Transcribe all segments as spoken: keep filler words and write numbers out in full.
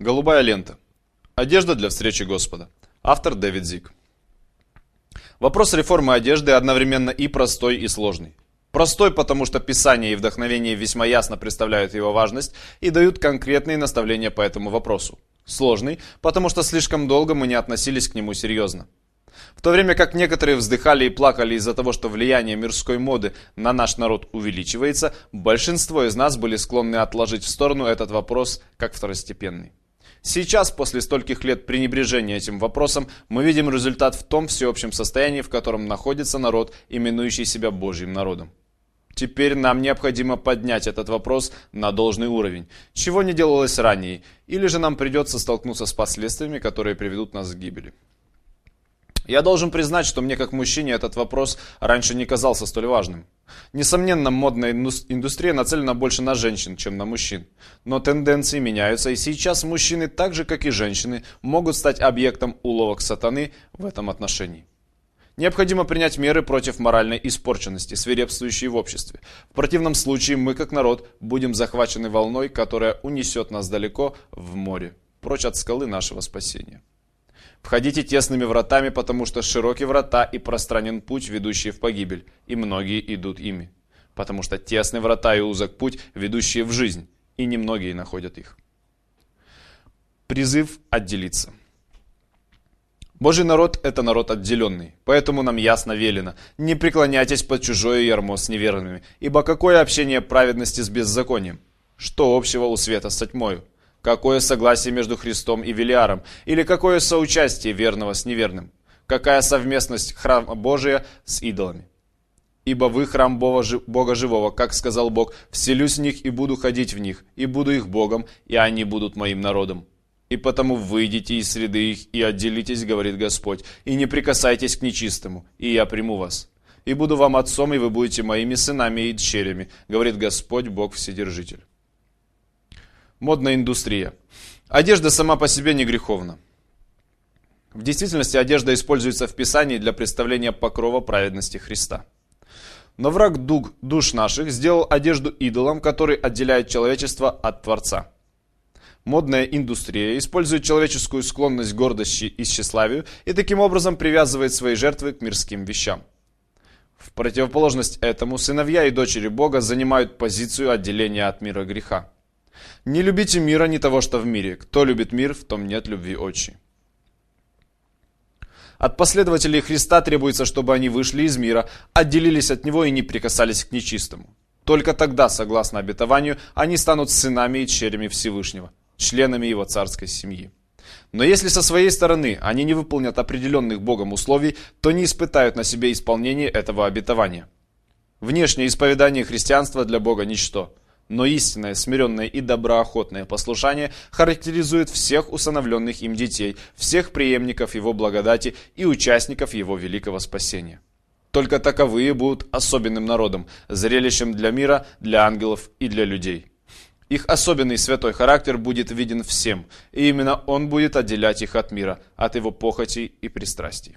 Голубая лента. Одежда для встречи Господа. Автор Дэвид Зик. Вопрос реформы одежды одновременно и простой, и сложный. Простой, потому что Писание и вдохновение весьма ясно представляют его важность и дают конкретные наставления по этому вопросу. Сложный, потому что слишком долго мы не относились к нему серьезно. В то время как некоторые вздыхали и плакали из-за того, что влияние мирской моды на наш народ увеличивается, большинство из нас были склонны отложить в сторону этот вопрос как второстепенный. Сейчас, после стольких лет пренебрежения этим вопросом, мы видим результат в том всеобщем состоянии, в котором находится народ, именующий себя Божьим народом. Теперь нам необходимо поднять этот вопрос на должный уровень, чего не делалось ранее, или же нам придется столкнуться с последствиями, которые приведут нас к гибели. Я должен признать, что мне как мужчине этот вопрос раньше не казался столь важным. Несомненно, модная индустрия нацелена больше на женщин, чем на мужчин. Но тенденции меняются, и сейчас мужчины, так же как и женщины, могут стать объектом уловок сатаны в этом отношении. Необходимо принять меры против моральной испорченности, свирепствующей в обществе. В противном случае мы, как народ, будем захвачены волной, которая унесет нас далеко в море, прочь от скалы нашего спасения. Входите тесными вратами, потому что широки врата и пространен путь, ведущий в погибель, и многие идут ими. Потому что тесны врата и узок путь, ведущие в жизнь, и немногие находят их. Призыв отделиться. Божий народ – это народ отделенный, поэтому нам ясно велено: не преклоняйтесь под чужое ярмо с неверными, ибо какое общение праведности с беззаконием? Что общего у света с тьмою? Какое согласие между Христом и Велиаром? Или какое соучастие верного с неверным? Какая совместность храма Божия с идолами? Ибо вы храм Бога живого, как сказал Бог: «Вселюсь в них и буду ходить в них, и буду их Богом, и они будут моим народом». И потому выйдите из среды их и отделитесь, говорит Господь, и не прикасайтесь к нечистому, и я приму вас. И буду вам отцом, и вы будете моими сынами и дщерями, говорит Господь Бог Вседержитель. Модная индустрия. Одежда сама по себе не греховна. В действительности одежда используется в Писании для представления покрова праведности Христа. Но враг душ наших сделал одежду идолом, который отделяет человечество от Творца. Модная индустрия использует человеческую склонность к гордости и тщеславию и таким образом привязывает свои жертвы к мирским вещам. В противоположность этому сыновья и дочери Бога занимают позицию отделения от мира греха. Не любите мира, ни того, что в мире. Кто любит мир, в том нет любви отчи. От последователей Христа требуется, чтобы они вышли из мира, отделились от него и не прикасались к нечистому. Только тогда, согласно обетованию, они станут сынами и дщерями Всевышнего, членами его царской семьи. Но если со своей стороны они не выполнят определенных Богом условий, то не испытают на себе исполнение этого обетования. Внешнее исповедание христианства для Бога ничто. Но истинное, смиренное и доброохотное послушание характеризует всех усыновленных им детей, всех преемников его благодати и участников его великого спасения. Только таковые будут особенным народом, зрелищем для мира, для ангелов и для людей. Их особенный святой характер будет виден всем, и именно он будет отделять их от мира, от его похотей и пристрастий.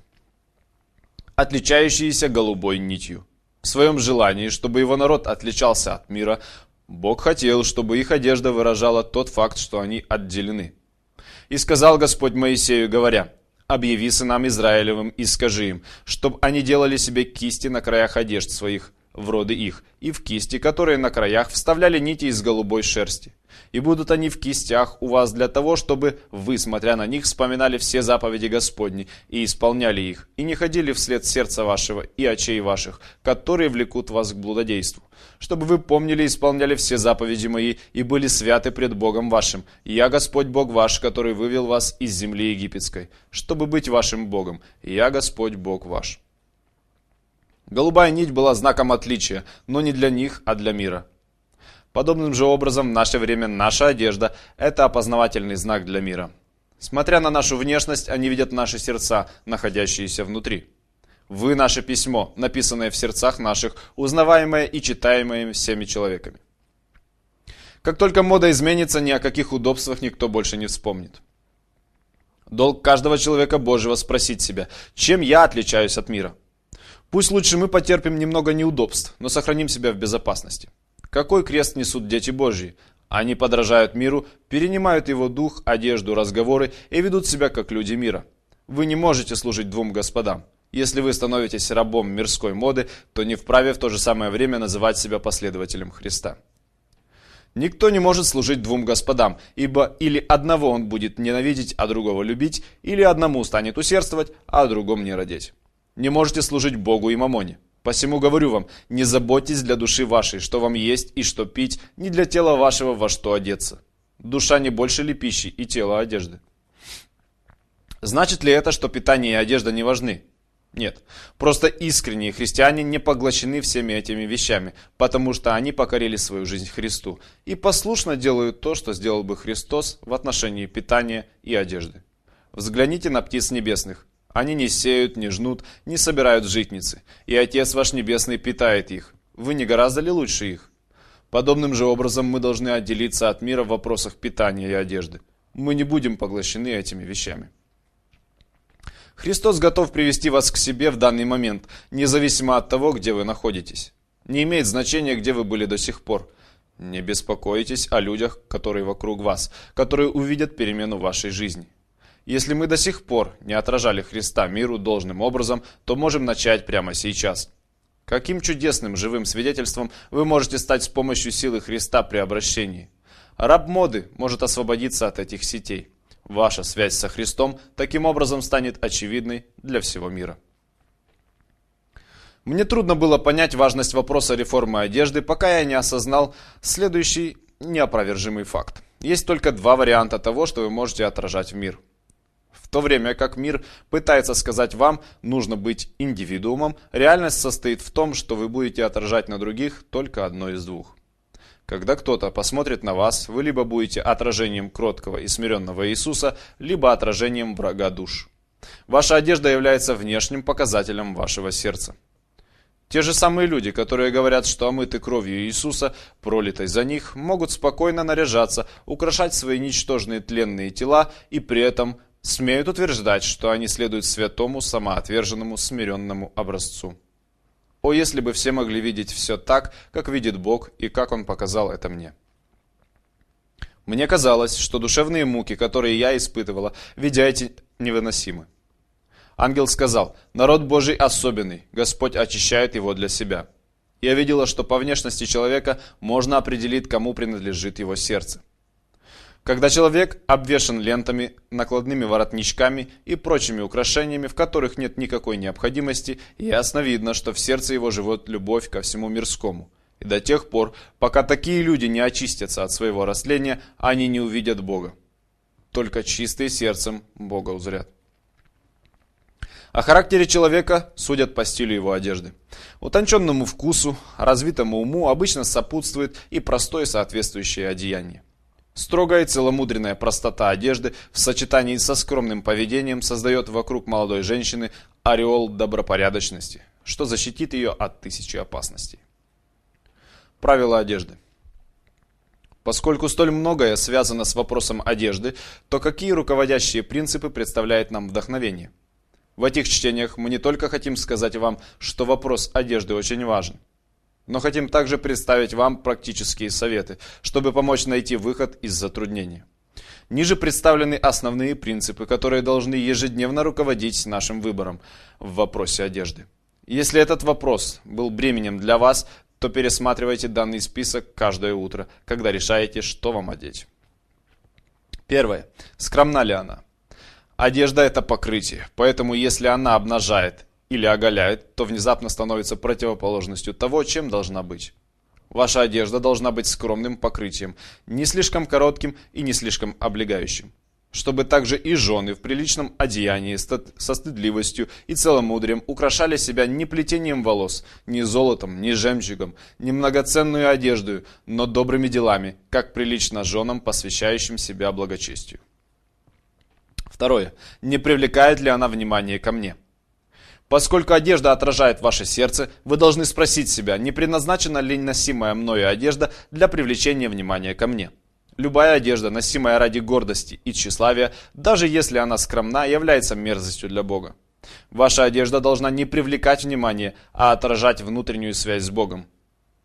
Отличающиеся голубой нитью. В своем желании, чтобы его народ отличался от мира, Бог хотел, чтобы их одежда выражала тот факт, что они отделены. «И сказал Господь Моисею, говоря: объяви сынам Израилевым и скажи им, чтоб они делали себе кисти на краях одежд своих, в роды их, и в кисти, которые на краях вставляли нити из голубой шерсти. И будут они в кистях у вас для того, чтобы вы, смотря на них, вспоминали все заповеди Господни и исполняли их, и не ходили вслед сердца вашего и очей ваших, которые влекут вас к блудодейству, чтобы вы помнили и исполняли все заповеди мои и были святы пред Богом вашим. Я Господь Бог ваш, который вывел вас из земли египетской, чтобы быть вашим Богом. Я Господь Бог ваш». Голубая нить была знаком отличия, но не для них, а для мира. Подобным же образом в наше время наша одежда – это опознавательный знак для мира. Смотря на нашу внешность, они видят наши сердца, находящиеся внутри. Вы – наше письмо, написанное в сердцах наших, узнаваемое и читаемое всеми человеками. Как только мода изменится, ни о каких удобствах никто больше не вспомнит. Долг каждого человека Божьего спросить себя: чем я отличаюсь от мира? Пусть лучше мы потерпим немного неудобств, но сохраним себя в безопасности. Какой крест несут дети Божьи? Они подражают миру, перенимают его дух, одежду, разговоры и ведут себя как люди мира. Вы не можете служить двум господам. Если вы становитесь рабом мирской моды, то не вправе в то же самое время называть себя последователем Христа. Никто не может служить двум господам, ибо или одного он будет ненавидеть, а другого любить, или одному станет усердствовать, а о другом не родить. Не можете служить Богу и мамоне. Посему говорю вам, не заботьтесь для души вашей, что вам есть и что пить, не для тела вашего, во что одеться. Душа не больше ли пищи и тело одежды? Значит ли это, что питание и одежда не важны? Нет. Просто искренние христиане не поглощены всеми этими вещами, потому что они покорили свою жизнь Христу и послушно делают то, что сделал бы Христос в отношении питания и одежды. Взгляните на птиц небесных. Они не сеют, не жнут, не собирают житницы, и Отец ваш Небесный питает их. Вы не гораздо ли лучше их? Подобным же образом мы должны отделиться от мира в вопросах питания и одежды. Мы не будем поглощены этими вещами. Христос готов привести вас к себе в данный момент, независимо от того, где вы находитесь. Не имеет значения, где вы были до сих пор. Не беспокойтесь о людях, которые вокруг вас, которые увидят перемену в вашей жизни. Если мы до сих пор не отражали Христа миру должным образом, то можем начать прямо сейчас. Каким чудесным живым свидетельством вы можете стать с помощью силы Христа при обращении? Раб моды может освободиться от этих сетей. Ваша связь со Христом таким образом станет очевидной для всего мира. Мне трудно было понять важность вопроса реформы одежды, пока я не осознал следующий неопровержимый факт. Есть только два варианта того, что вы можете отражать в мир. В то время как мир пытается сказать вам, нужно быть индивидуумом, реальность состоит в том, что вы будете отражать на других только одно из двух. Когда кто-то посмотрит на вас, вы либо будете отражением кроткого и смиренного Иисуса, либо отражением врага душ. Ваша одежда является внешним показателем вашего сердца. Те же самые люди, которые говорят, что омыты кровью Иисуса, пролитой за них, могут спокойно наряжаться, украшать свои ничтожные тленные тела и при этом смеют утверждать, что они следуют святому, самоотверженному, смиренному образцу. О, если бы все могли видеть все так, как видит Бог и как Он показал это мне. Мне казалось, что душевные муки, которые я испытывала, видя эти, невыносимы. Ангел сказал: «Народ Божий особенный, Господь очищает его для себя». Я видела, что по внешности человека можно определить, кому принадлежит его сердце. Когда человек обвешан лентами, накладными воротничками и прочими украшениями, в которых нет никакой необходимости, ясно видно, что в сердце его живет любовь ко всему мирскому. И до тех пор, пока такие люди не очистятся от своего растления, они не увидят Бога. Только чистые сердцем Бога узрят. О характере человека судят по стилю его одежды. Утонченному вкусу, развитому уму обычно сопутствует и простое соответствующее одеяние. Строгая и целомудренная простота одежды в сочетании со скромным поведением создает вокруг молодой женщины ореол добропорядочности, что защитит ее от тысячи опасностей. Правила одежды. Поскольку столь многое связано с вопросом одежды, то какие руководящие принципы представляет нам вдохновение? В этих чтениях мы не только хотим сказать вам, что вопрос одежды очень важен, но хотим также представить вам практические советы, чтобы помочь найти выход из затруднения. Ниже представлены основные принципы, которые должны ежедневно руководить нашим выбором в вопросе одежды. Если этот вопрос был бременем для вас, то пересматривайте данный список каждое утро, когда решаете, что вам одеть. Первое. Скромна ли она? Одежда – это покрытие, поэтому если она обнажает или оголяет, то внезапно становится противоположностью того, чем должна быть. Ваша одежда должна быть скромным покрытием, не слишком коротким и не слишком облегающим, чтобы также и жены в приличном одеянии со стыдливостью и целомудрием украшали себя не плетением волос, не золотом, не жемчугом, не многоценную одеждою, но добрыми делами, как прилично женам, посвящающим себя благочестию. Второе. Не привлекает ли она внимание ко мне? Поскольку одежда отражает ваше сердце, вы должны спросить себя, не предназначена ли носимая мною одежда для привлечения внимания ко мне. Любая одежда, носимая ради гордости и тщеславия, даже если она скромна, является мерзостью для Бога. Ваша одежда должна не привлекать внимание, а отражать внутреннюю связь с Богом.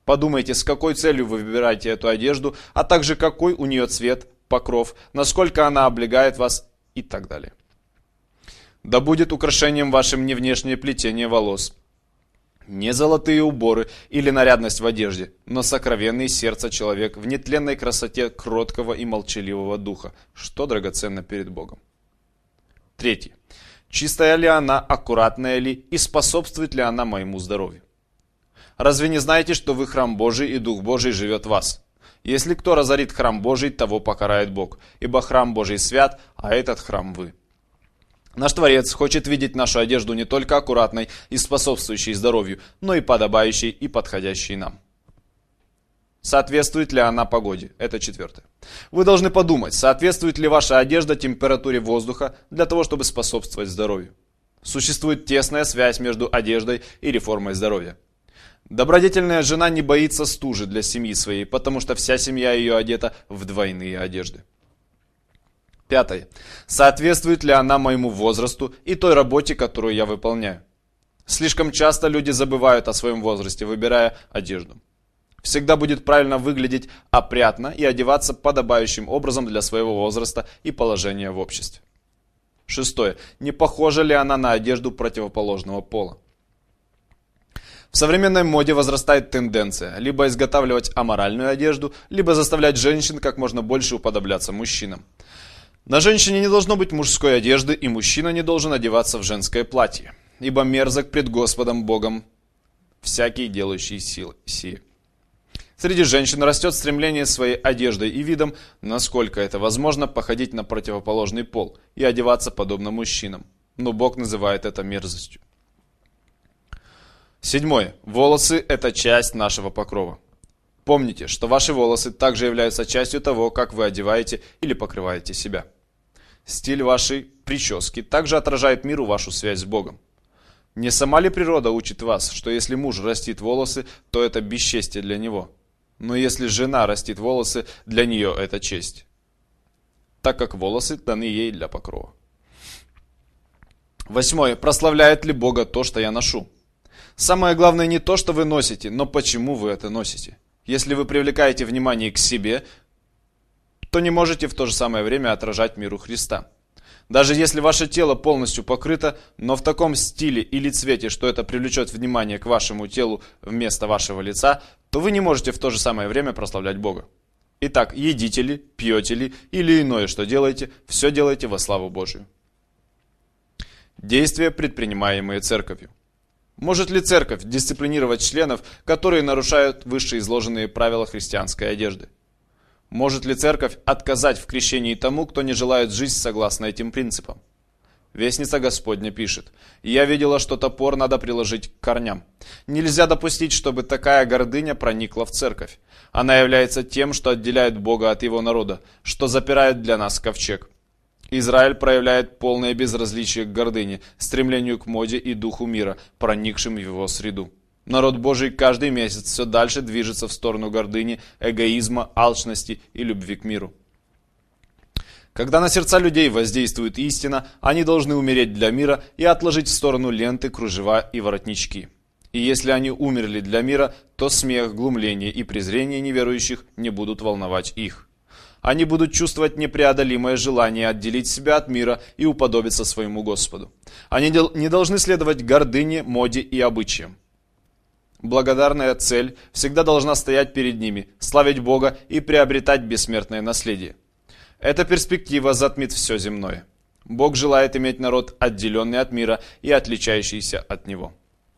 Подумайте, с какой целью вы выбираете эту одежду, а также какой у нее цвет, покров, насколько она облегает вас и так далее. Да будет украшением вашим не внешнее плетение волос, не золотые уборы или нарядность в одежде, но сокровенный сердца человек в нетленной красоте кроткого и молчаливого духа, что драгоценно перед Богом. Третье. Чистая ли она, аккуратная ли и способствует ли она моему здоровью? Разве не знаете, что вы храм Божий, и Дух Божий живет в вас? Если кто разорит храм Божий, того покарает Бог, ибо храм Божий свят, а этот храм вы. Наш Творец хочет видеть нашу одежду не только аккуратной и способствующей здоровью, но и подобающей и подходящей нам. Соответствует ли она погоде? Это четвертое. Вы должны подумать, соответствует ли ваша одежда температуре воздуха для того, чтобы способствовать здоровью. Существует тесная связь между одеждой и реформой здоровья. Добродетельная жена не боится стужи для семьи своей, потому что вся семья ее одета в двойные одежды. Пятое. Соответствует ли она моему возрасту и той работе, которую я выполняю? Слишком часто люди забывают о своем возрасте, выбирая одежду. Всегда будет правильно выглядеть опрятно и одеваться подобающим образом для своего возраста и положения в обществе. Шестое. Не похожа ли она на одежду противоположного пола? В современной моде возрастает тенденция либо изготавливать аморальную одежду, либо заставлять женщин как можно больше уподобляться мужчинам. На женщине не должно быть мужской одежды, и мужчина не должен одеваться в женское платье, ибо мерзок пред Господом Богом всякий, делающий силы сии. Среди женщин растет стремление своей одеждой и видом, насколько это возможно, походить на противоположный пол и одеваться подобно мужчинам, но Бог называет это мерзостью. Седьмое. Волосы – это часть нашего покрова. Помните, что ваши волосы также являются частью того, как вы одеваете или покрываете себя. Стиль вашей прически также отражает миру вашу связь с Богом. Не сама ли природа учит вас, что если муж растит волосы, то это бесчестие для него? Но если жена растит волосы, для нее это честь, так как волосы даны ей для покрова. Восьмое. Прославляет ли Бога то, что я ношу? Самое главное не то, что вы носите, но почему вы это носите. Если вы привлекаете внимание к себе, то не можете в то же самое время отражать миру Христа. Даже если ваше тело полностью покрыто, но в таком стиле или цвете, что это привлечет внимание к вашему телу вместо вашего лица, то вы не можете в то же самое время прославлять Бога. Итак, едите ли, пьете ли или иное, что делаете, все делайте во славу Божию. Действия, предпринимаемые церковью. Может ли церковь дисциплинировать членов, которые нарушают вышеизложенные правила христианской одежды? Может ли церковь отказать в крещении тому, кто не желает жить согласно этим принципам? Вестница Господня пишет: «Я видела, что топор надо приложить к корням. Нельзя допустить, чтобы такая гордыня проникла в церковь. Она является тем, что отделяет Бога от его народа, что запирает для нас ковчег». Израиль проявляет полное безразличие к гордыне, стремлению к моде и духу мира, проникшим в его среду. Народ Божий каждый месяц все дальше движется в сторону гордыни, эгоизма, алчности и любви к миру. Когда на сердца людей воздействует истина, они должны умереть для мира и отложить в сторону ленты, кружева и воротнички. И если они умерли для мира, то смех, глумление и презрение неверующих не будут волновать их. Они будут чувствовать непреодолимое желание отделить себя от мира и уподобиться своему Господу. Они не должны следовать гордыне, моде и обычаям. Благодарная цель всегда должна стоять перед ними, славить Бога и приобретать бессмертное наследие. Эта перспектива затмит все земное. Бог желает иметь народ, отделенный от мира и отличающийся от него.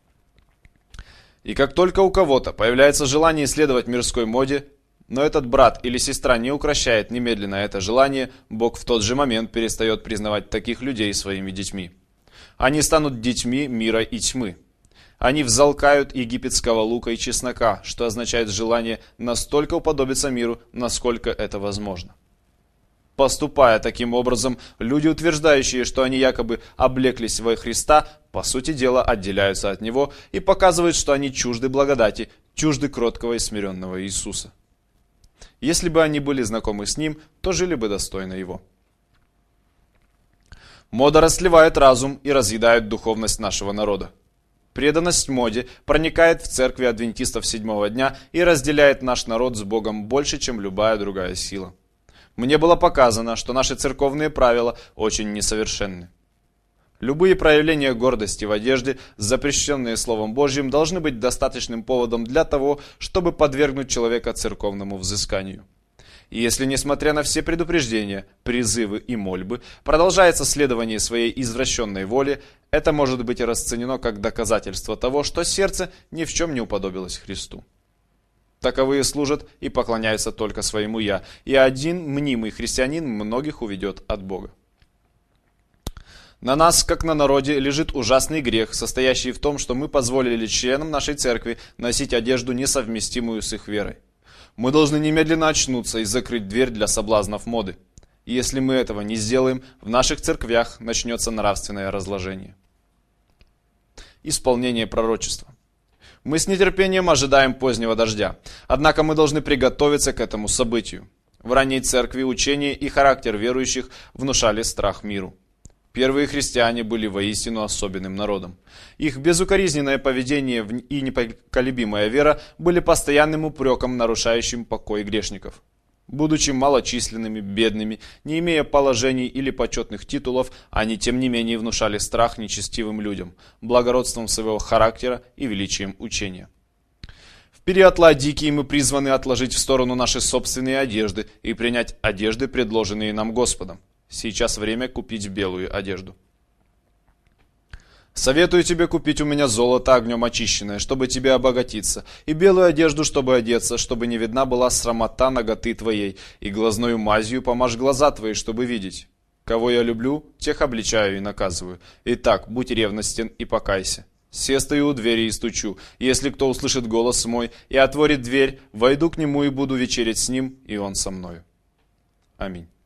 И как только у кого-то появляется желание следовать мирской моде, но этот брат или сестра не укрощает немедленно это желание, Бог в тот же момент перестает признавать таких людей своими детьми. Они станут детьми мира и тьмы. Они взалкают египетского лука и чеснока, что означает желание настолько уподобиться миру, насколько это возможно. Поступая таким образом, люди, утверждающие, что они якобы облеклись во Христа, по сути дела отделяются от Него и показывают, что они чужды благодати, чужды кроткого и смиренного Иисуса. Если бы они были знакомы с Ним, то жили бы достойно Его. Мода расливает разум и разъедает духовность нашего народа. Преданность моде проникает в церкви адвентистов седьмого дня и разделяет наш народ с Богом больше, чем любая другая сила. Мне было показано, что наши церковные правила очень несовершенны. Любые проявления гордости в одежде, запрещенные Словом Божьим, должны быть достаточным поводом для того, чтобы подвергнуть человека церковному взысканию. И если, несмотря на все предупреждения, призывы и мольбы, продолжается следование своей извращенной воле, это может быть расценено как доказательство того, что сердце ни в чем не уподобилось Христу. Таковые служат и поклоняются только своему «я», и один мнимый христианин многих уведет от Бога. На нас, как на народе, лежит ужасный грех, состоящий в том, что мы позволили членам нашей церкви носить одежду, несовместимую с их верой. Мы должны немедленно очнуться и закрыть дверь для соблазнов моды. И если мы этого не сделаем, в наших церквях начнется нравственное разложение. Исполнение пророчества. Мы с нетерпением ожидаем позднего дождя, однако мы должны приготовиться к этому событию. В ранней церкви учение и характер верующих внушали страх миру. Первые христиане были воистину особенным народом. Их безукоризненное поведение и непоколебимая вера были постоянным упреком, нарушающим покой грешников. Будучи малочисленными, бедными, не имея положений или почетных титулов, они тем не менее внушали страх нечестивым людям, благородством своего характера и величием учения. В период Ладикии мы призваны отложить в сторону наши собственные одежды и принять одежды, предложенные нам Господом. Сейчас время купить белую одежду. Советую тебе купить у меня золото огнем очищенное, чтобы тебе обогатиться, и белую одежду, чтобы одеться, чтобы не видна была срамота наготы твоей, и глазною мазью помажь глаза твои, чтобы видеть. Кого я люблю, тех обличаю и наказываю. Итак, будь ревностен и покайся. Се стою у двери и стучу. Если кто услышит голос мой и отворит дверь, войду к нему и буду вечерять с ним, и он со мною. Аминь.